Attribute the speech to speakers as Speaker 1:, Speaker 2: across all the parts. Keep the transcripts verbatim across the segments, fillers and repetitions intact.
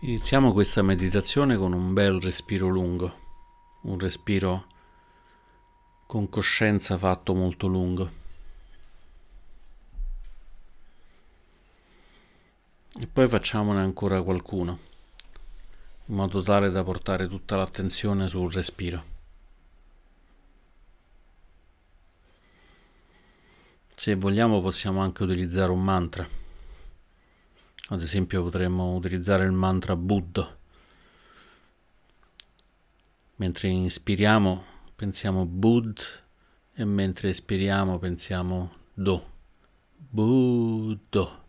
Speaker 1: Iniziamo questa meditazione con un bel respiro lungo, un respiro con coscienza fatto molto lungo. E poi facciamone ancora qualcuno, in modo tale da portare tutta l'attenzione sul respiro. Se vogliamo possiamo anche utilizzare un mantra. Ad esempio potremmo utilizzare il mantra Buddha. Mentre inspiriamo pensiamo Bud e mentre espiriamo pensiamo Do. Buddha.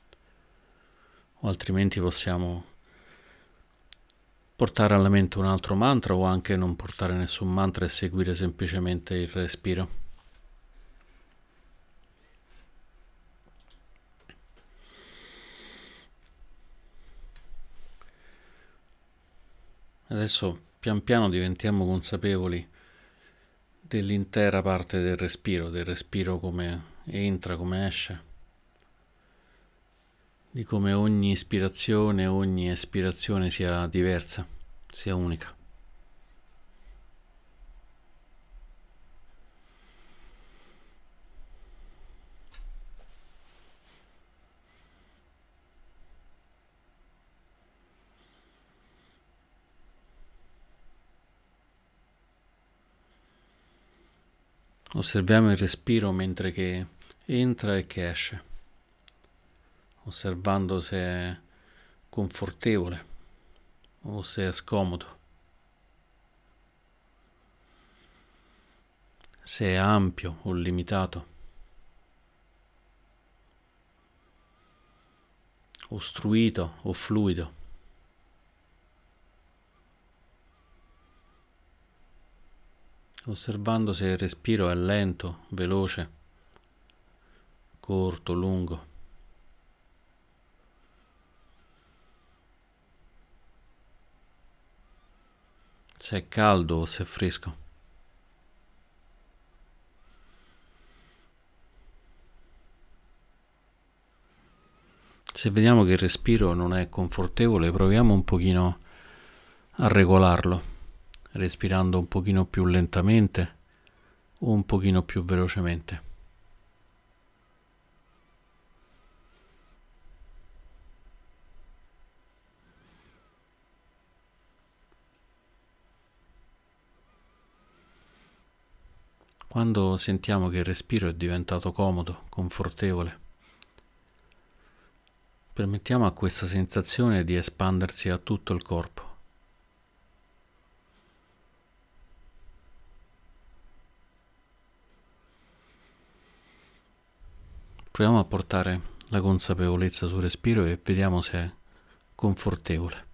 Speaker 1: O altrimenti possiamo portare alla mente un altro mantra o anche non portare nessun mantra e seguire semplicemente il respiro. Adesso pian piano diventiamo consapevoli dell'intera parte del respiro, del respiro come entra, come esce, di come ogni ispirazione, ogni espirazione sia diversa, sia unica. Osserviamo il respiro mentre che entra e che esce, osservando se è confortevole o se è scomodo, se è ampio o limitato, ostruito o fluido. Osservando se il respiro è lento, veloce, corto, lungo. Se è caldo o se è fresco. Se vediamo che il respiro non è confortevole, proviamo un pochino a regolarlo, respirando un pochino più lentamente o un pochino più velocemente. Quando sentiamo che il respiro è diventato comodo, confortevole, permettiamo a questa sensazione di espandersi a tutto il corpo. Proviamo a portare la consapevolezza sul respiro e vediamo se è confortevole.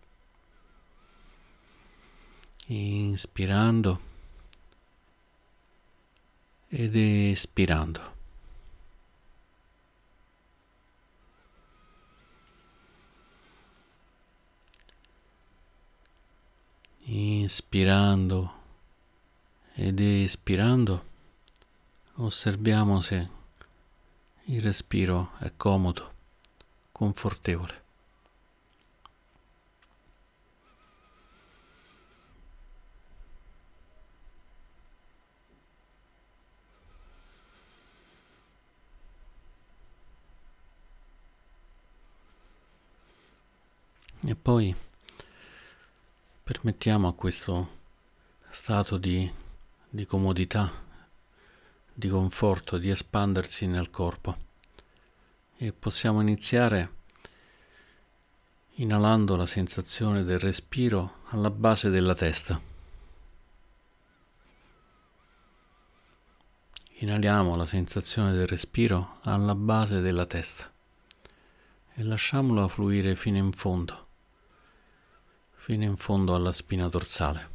Speaker 1: Inspirando ed espirando. Inspirando ed espirando, osserviamo se il respiro è comodo, confortevole. E poi permettiamo a questo stato di, di comodità, di conforto, di espandersi nel corpo e possiamo iniziare inalando la sensazione del respiro alla base della testa. Inaliamo la sensazione del respiro alla base della testa e lasciamola fluire fino in fondo, fino in fondo alla spina dorsale.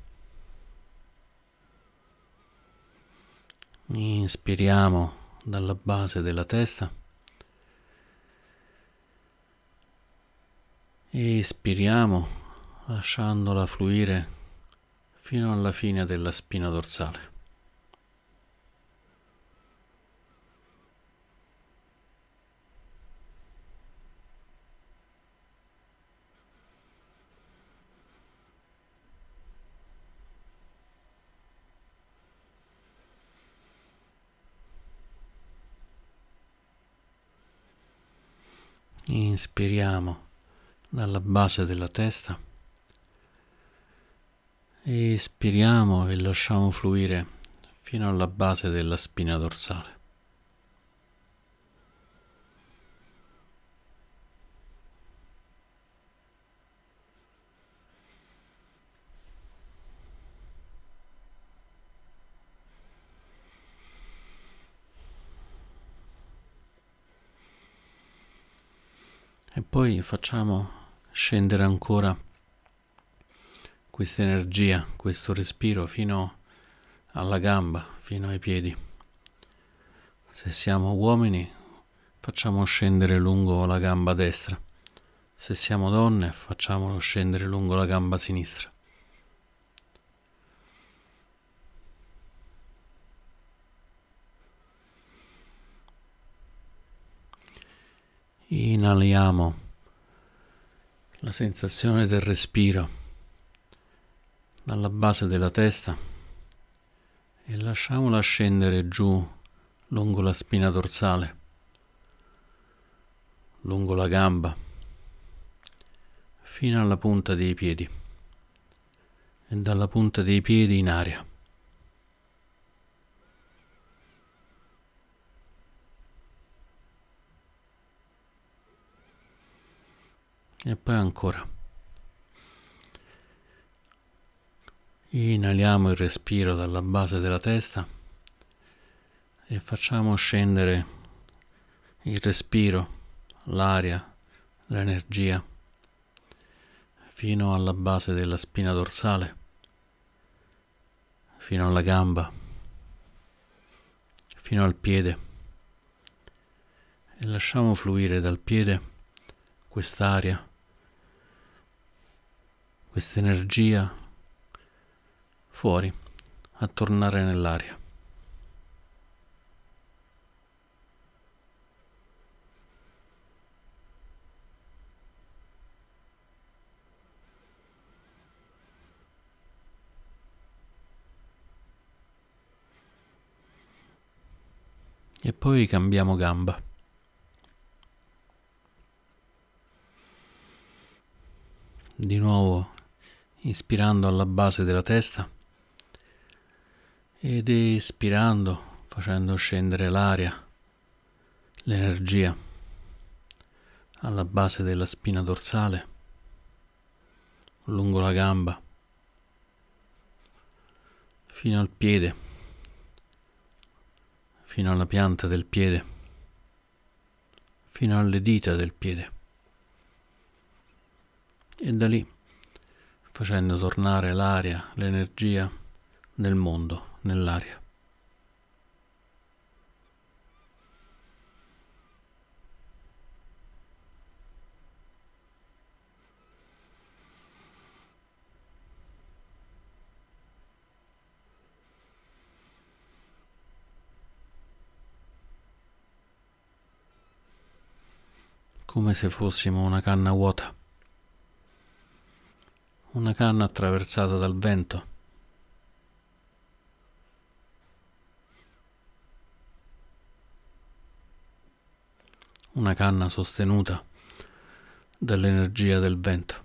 Speaker 1: Inspiriamo dalla base della testa e espiriamo lasciandola fluire fino alla fine della spina dorsale. Inspiriamo dalla base della testa, espiriamo e lasciamo fluire fino alla base della spina dorsale. E poi facciamo scendere ancora questa energia, questo respiro fino alla gamba, fino ai piedi. Se siamo uomini, facciamo scendere lungo la gamba destra. Se siamo donne, facciamolo scendere lungo la gamba sinistra. Inaliamo la sensazione del respiro dalla base della testa e lasciamola scendere giù lungo la spina dorsale, lungo la gamba, fino alla punta dei piedi e dalla punta dei piedi in aria. E poi ancora. Inaliamo il respiro dalla base della testa e facciamo scendere il respiro, l'aria, l'energia fino alla base della spina dorsale, fino alla gamba, fino al piede e lasciamo fluire dal piede quest'aria, questa energia fuori, a tornare nell'aria. E poi cambiamo gamba. Di nuovo ispirando alla base della testa ed espirando, facendo scendere l'aria, l'energia alla base della spina dorsale, lungo la gamba, fino al piede, fino alla pianta del piede, fino alle dita del piede. E da lì facendo tornare l'aria, l'energia nel mondo, nell'aria. Come se fossimo una canna vuota, una canna attraversata dal vento. Una canna sostenuta dall'energia del vento.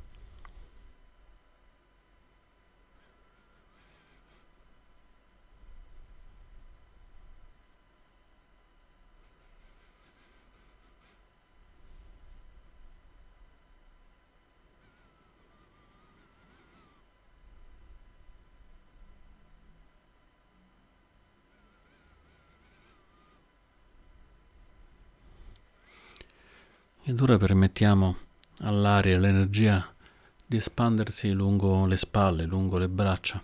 Speaker 1: Ed ora permettiamo all'aria e all'energia di espandersi lungo le spalle, lungo le braccia.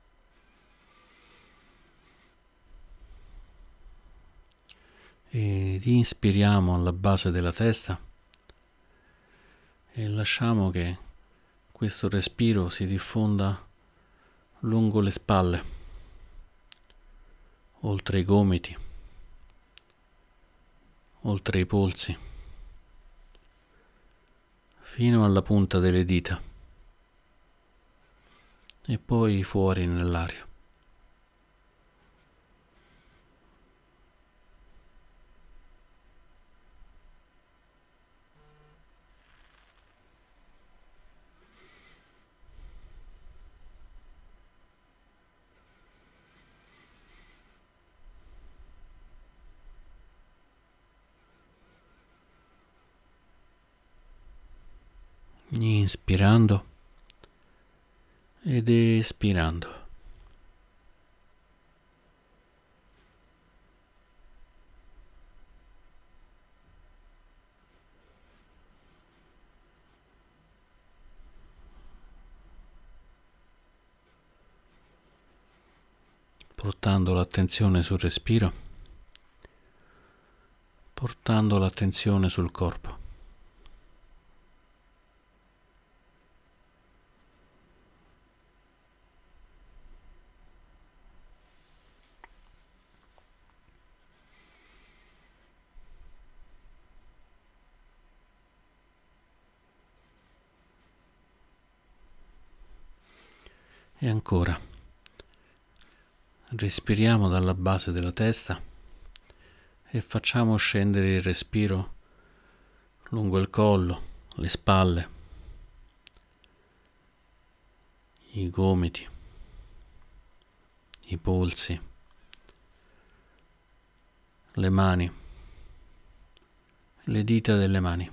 Speaker 1: Ed inspiriamo alla base della testa e lasciamo che questo respiro si diffonda lungo le spalle, oltre i gomiti, oltre i polsi, fino alla punta delle dita e poi fuori nell'aria. inspirando ed espirando. Portando l'attenzione sul respiro, portando l'attenzione sul corpo. E ancora, respiriamo dalla base della testa e facciamo scendere il respiro lungo il collo, le spalle, i gomiti, i polsi, le mani, le dita delle mani.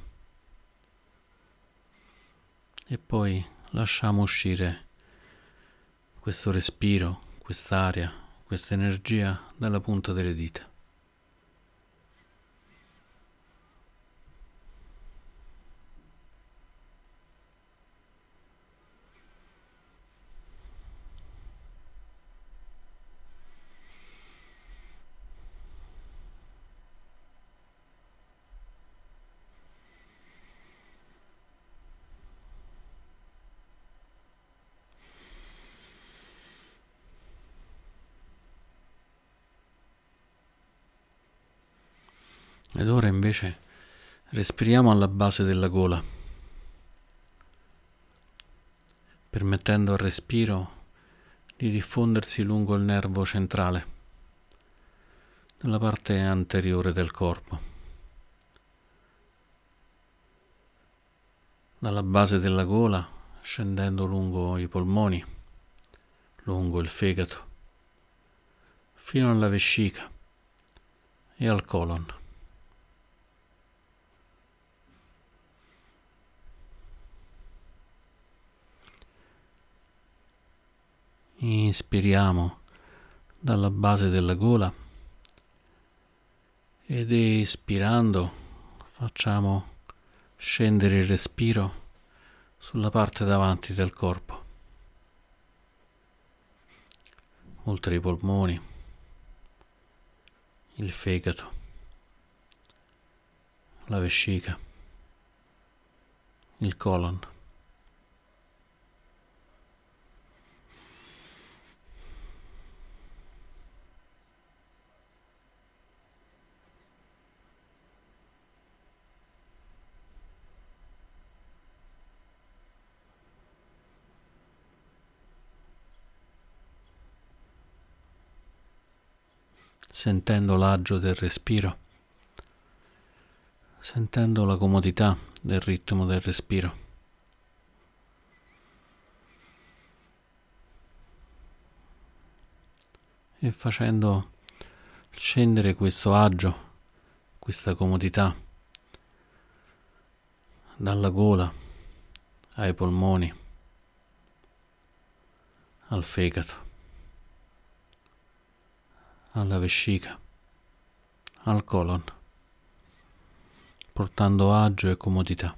Speaker 1: E poi lasciamo uscire questo respiro, quest'aria, questa energia dalla punta delle dita. Ed ora invece respiriamo alla base della gola, permettendo al respiro di diffondersi lungo il nervo centrale, nella parte anteriore del corpo. Dalla base della gola, scendendo lungo i polmoni, lungo il fegato, fino alla vescica e al colon. Inspiriamo dalla base della gola ed espirando facciamo scendere il respiro sulla parte davanti del corpo, oltre i polmoni, il fegato, la vescica, il colon. Sentendo l'agio del respiro, sentendo la comodità del ritmo del respiro. E facendo scendere questo agio, questa comodità, dalla gola ai polmoni, al fegato, alla vescica, al colon, portando agio e comodità.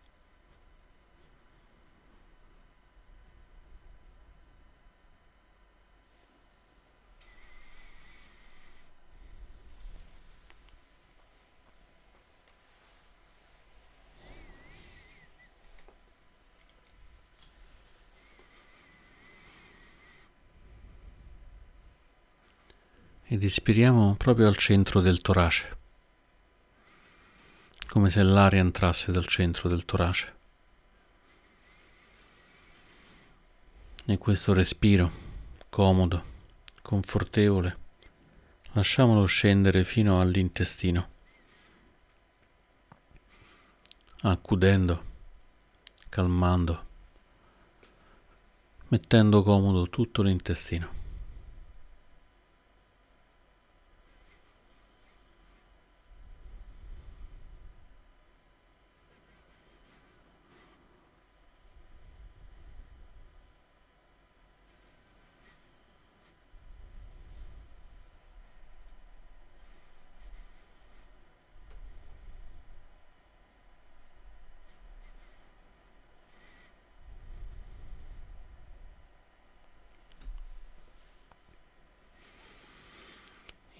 Speaker 1: Ed ispiriamo proprio al centro del torace, come se l'aria entrasse dal centro del torace. E questo respiro, comodo, confortevole, lasciamolo scendere fino all'intestino, accudendo, calmando, mettendo comodo tutto l'intestino.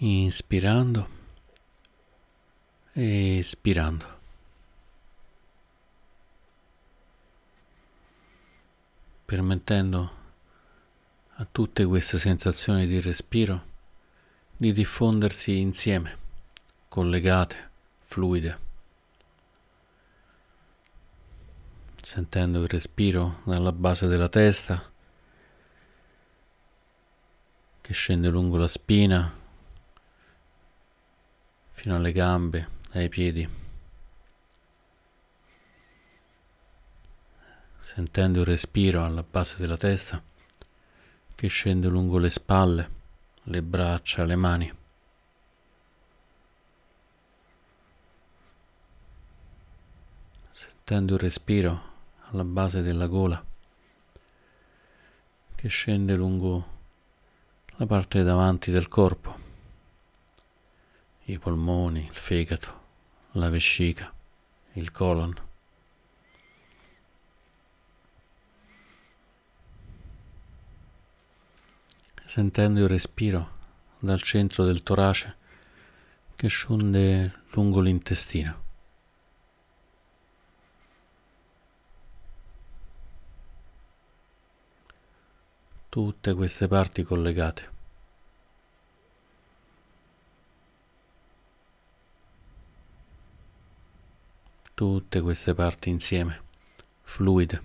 Speaker 1: inspirando e espirando. Permettendo a tutte queste sensazioni di respiro di diffondersi insieme, collegate, fluide, sentendo il respiro dalla base della testa che scende lungo la spina fino alle gambe, ai piedi, sentendo il respiro alla base della testa che scende lungo le spalle, le braccia, le mani. Sentendo il respiro alla base della gola che scende lungo la parte davanti del corpo, i polmoni, il fegato, la vescica, il colon. Sentendo il respiro dal centro del torace che scende lungo l'intestino. Tutte queste parti collegate. Tutte queste parti insieme, fluide.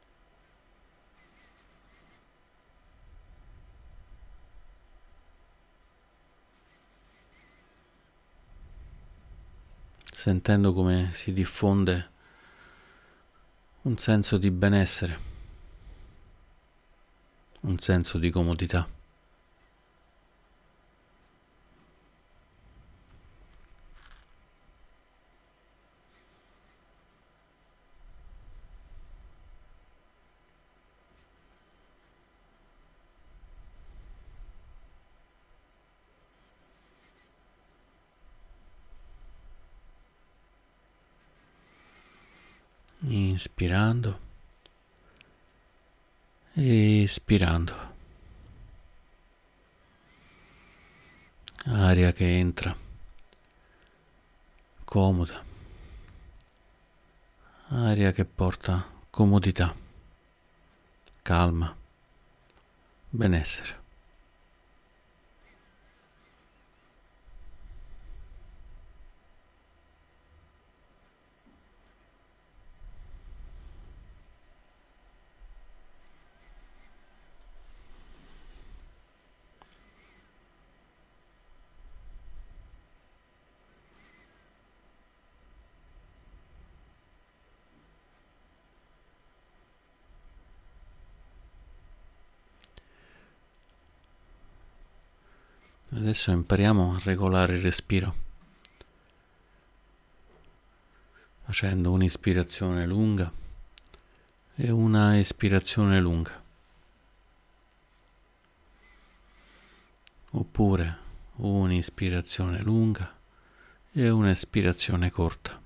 Speaker 1: Sentendo come si diffonde un senso di benessere, un senso di comodità. Inspirando e espirando. Aria che entra, comoda. Aria che porta comodità, calma, benessere. Adesso impariamo a regolare il respiro, facendo un'ispirazione lunga e una espirazione lunga, oppure un'ispirazione lunga e un'espirazione corta,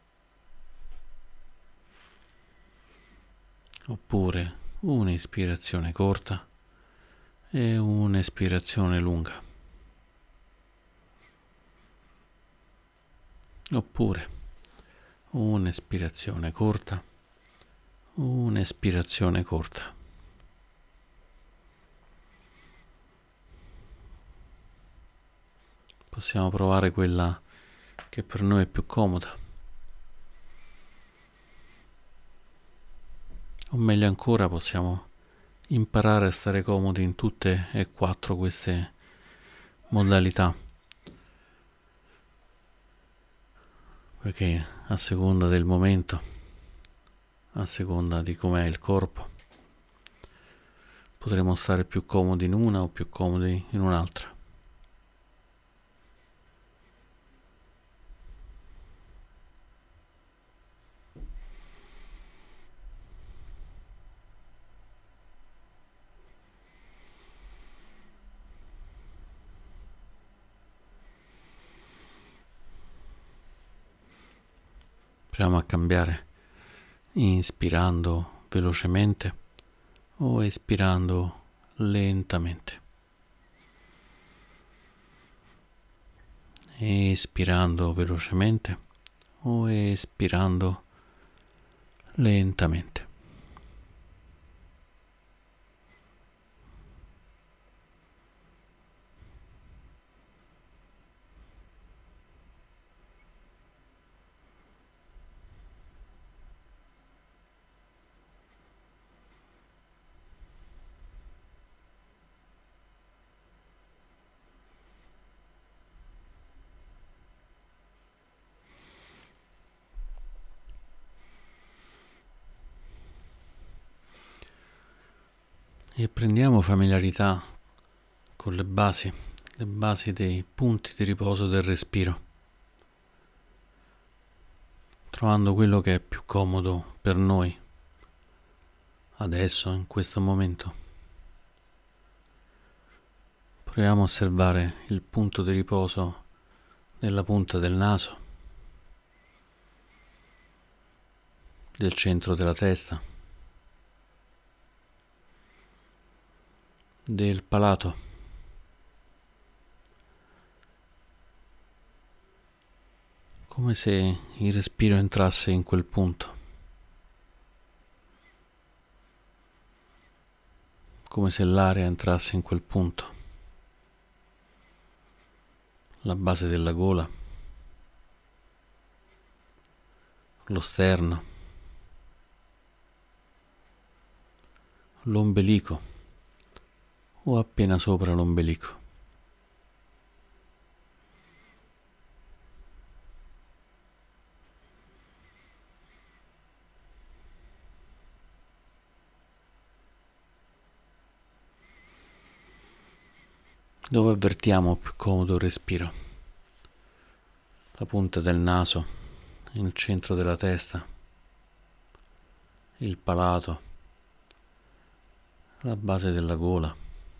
Speaker 1: oppure un'ispirazione corta e un'espirazione lunga. Oppure un'espirazione corta, un'espirazione corta. Possiamo provare quella che per noi è più comoda. O meglio ancora, possiamo imparare a stare comodi in tutte e quattro queste modalità. Perché a seconda del momento, a seconda di com'è il corpo, potremo stare più comodi in una o più comodi in un'altra. Proviamo a cambiare inspirando velocemente o espirando lentamente. espirando velocemente o espirando lentamente. E prendiamo familiarità con le basi, le basi dei punti di riposo del respiro, trovando quello che è più comodo per noi adesso, in questo momento. Proviamo a osservare il punto di riposo nella punta del naso, del centro della testa, del palato, come se il respiro entrasse in quel punto, come se l'aria entrasse in quel punto, la base della gola, lo sterno, l'ombelico o appena sopra l'ombelico. Dove avvertiamo più comodo il respiro? La punta del naso, il centro della testa, il palato, la base della gola,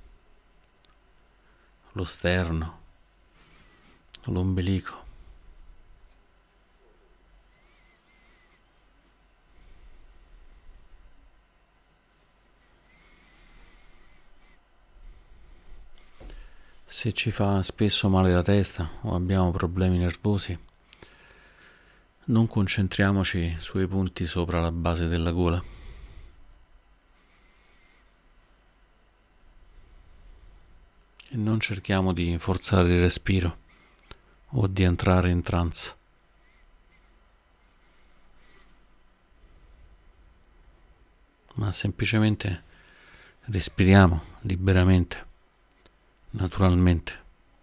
Speaker 1: lo sterno, l'ombelico. Se ci fa spesso male la testa o abbiamo problemi nervosi, non concentriamoci sui punti sopra la base della gola. E non cerchiamo di forzare il respiro o di entrare in trance. Ma semplicemente respiriamo liberamente, naturalmente.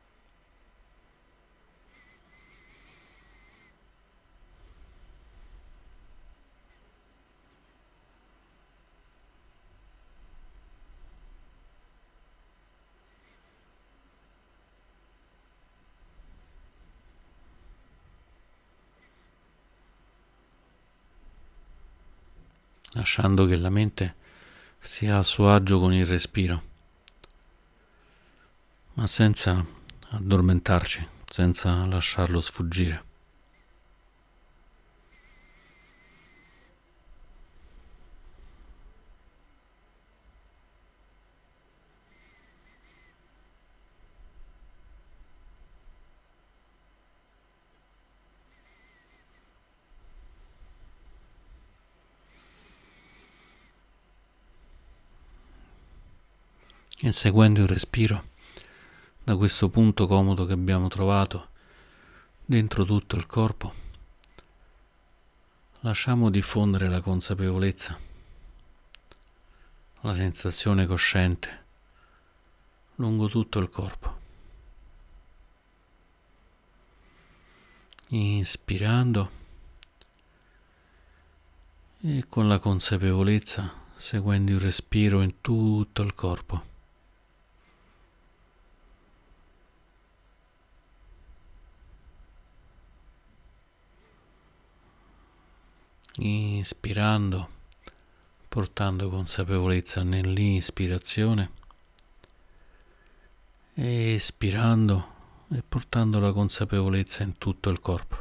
Speaker 1: Lasciando che la mente sia a suo agio con il respiro, ma senza addormentarci, senza lasciarlo sfuggire. E seguendo il respiro, da questo punto comodo che abbiamo trovato dentro tutto il corpo, lasciamo diffondere la consapevolezza, la sensazione cosciente lungo tutto il corpo. Inspirando e con la consapevolezza seguendo il respiro in tutto il corpo. Inspirando, portando consapevolezza nell'ispirazione, e espirando e portando la consapevolezza in tutto il corpo.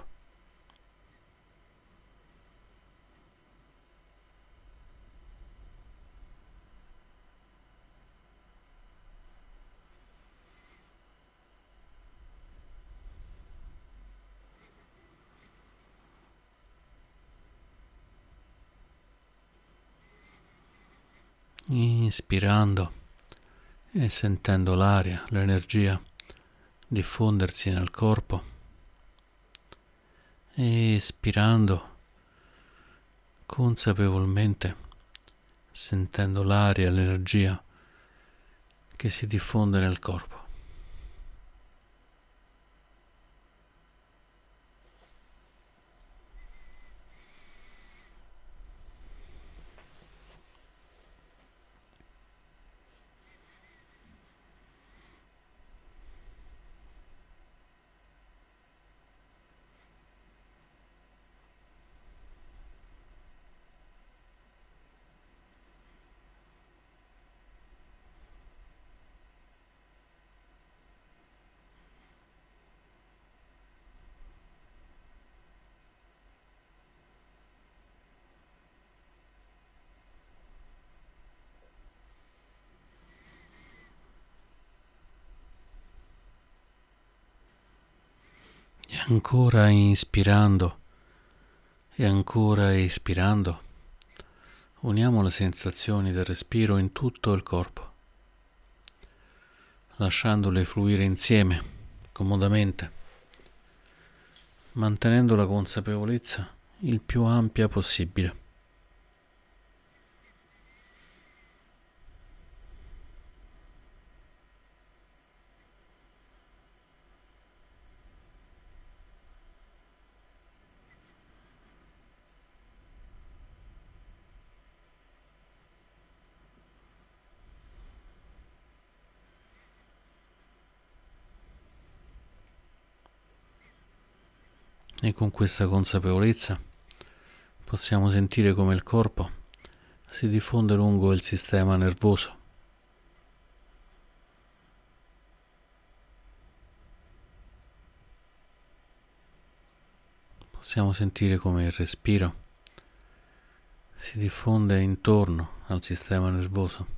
Speaker 1: inspirando e sentendo l'aria, l'energia diffondersi nel corpo, espirando consapevolmente, sentendo l'aria, l'energia che si diffonde nel corpo. E ancora inspirando e ancora espirando, uniamo le sensazioni del respiro in tutto il corpo, lasciandole fluire insieme, comodamente, mantenendo la consapevolezza il più ampia possibile. E con questa consapevolezza possiamo sentire come il corpo si diffonde lungo il sistema nervoso. Possiamo sentire come il respiro si diffonde intorno al sistema nervoso.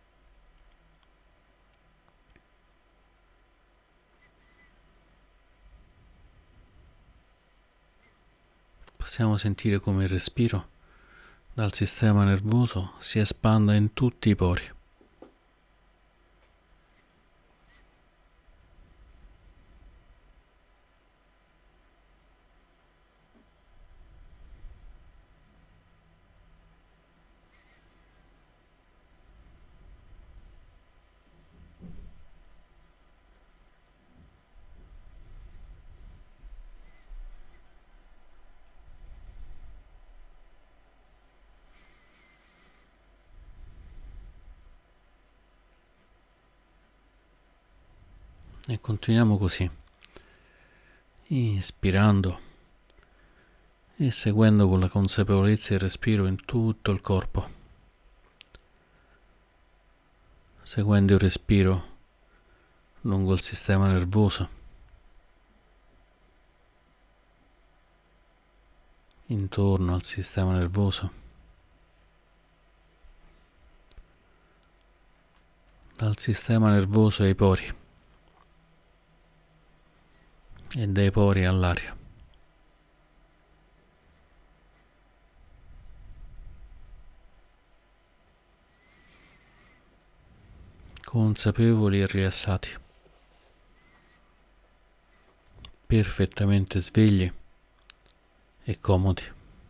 Speaker 1: Possiamo sentire come il respiro dal sistema nervoso si espanda in tutti i pori. E continuiamo così, ispirando e seguendo con la consapevolezza il respiro in tutto il corpo, seguendo il respiro lungo il sistema nervoso, intorno al sistema nervoso, dal sistema nervoso ai pori e dai pori all'aria. Consapevoli e rilassati, perfettamente svegli e comodi.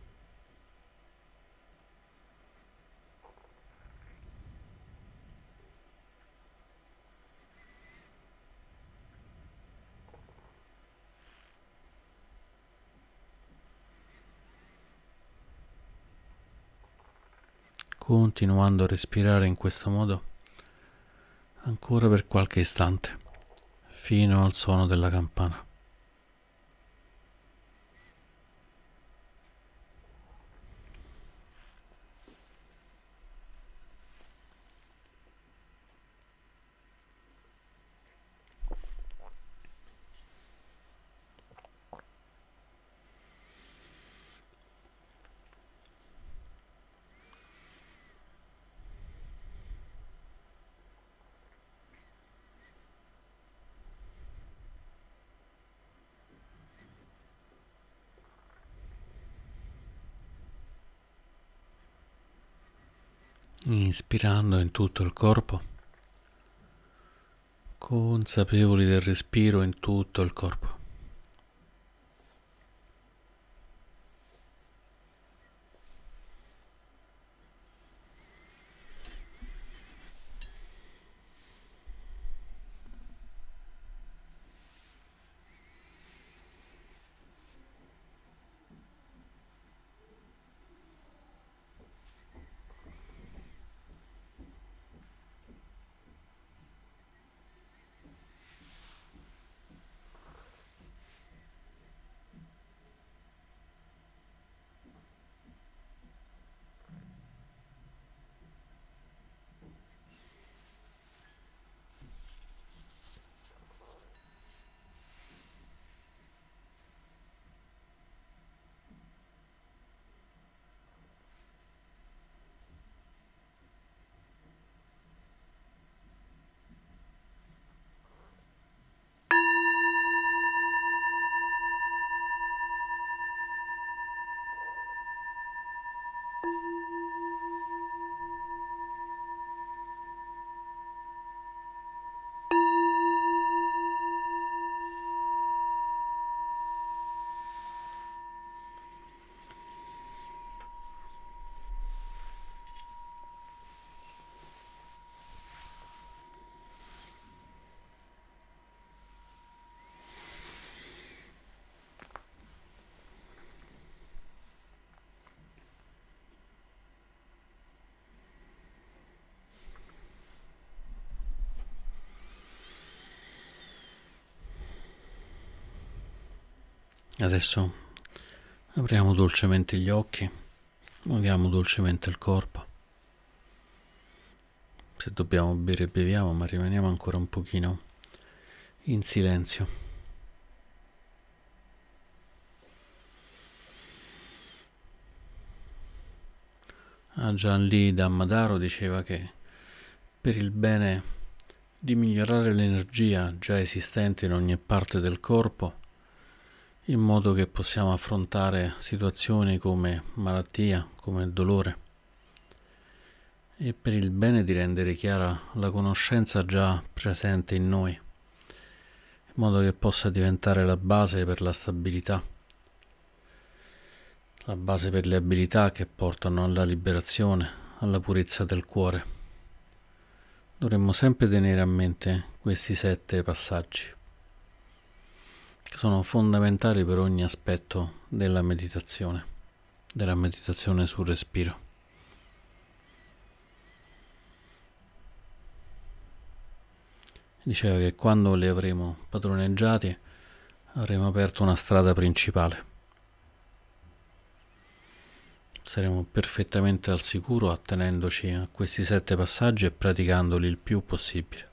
Speaker 1: Continuando a respirare in questo modo ancora per qualche istante, fino al suono della campana. Inspirando in tutto il corpo, consapevoli del respiro in tutto il corpo. Adesso apriamo dolcemente gli occhi, muoviamo dolcemente il corpo. Se dobbiamo bere, beviamo, ma rimaniamo ancora un pochino in silenzio. Ajahn Lee Dhammadharo diceva che per il bene di migliorare l'energia già esistente in ogni parte del corpo, in modo che possiamo affrontare situazioni come malattia, come il dolore, e per il bene di rendere chiara la conoscenza già presente in noi, in modo che possa diventare la base per la stabilità, la base per le abilità che portano alla liberazione, alla purezza del cuore. Dovremmo sempre tenere a mente questi sette passaggi, che sono fondamentali per ogni aspetto della meditazione, della meditazione sul respiro. Diceva che quando li avremo padroneggiati avremo aperto una strada principale. Saremo perfettamente al sicuro attenendoci a questi sette passaggi e praticandoli il più possibile.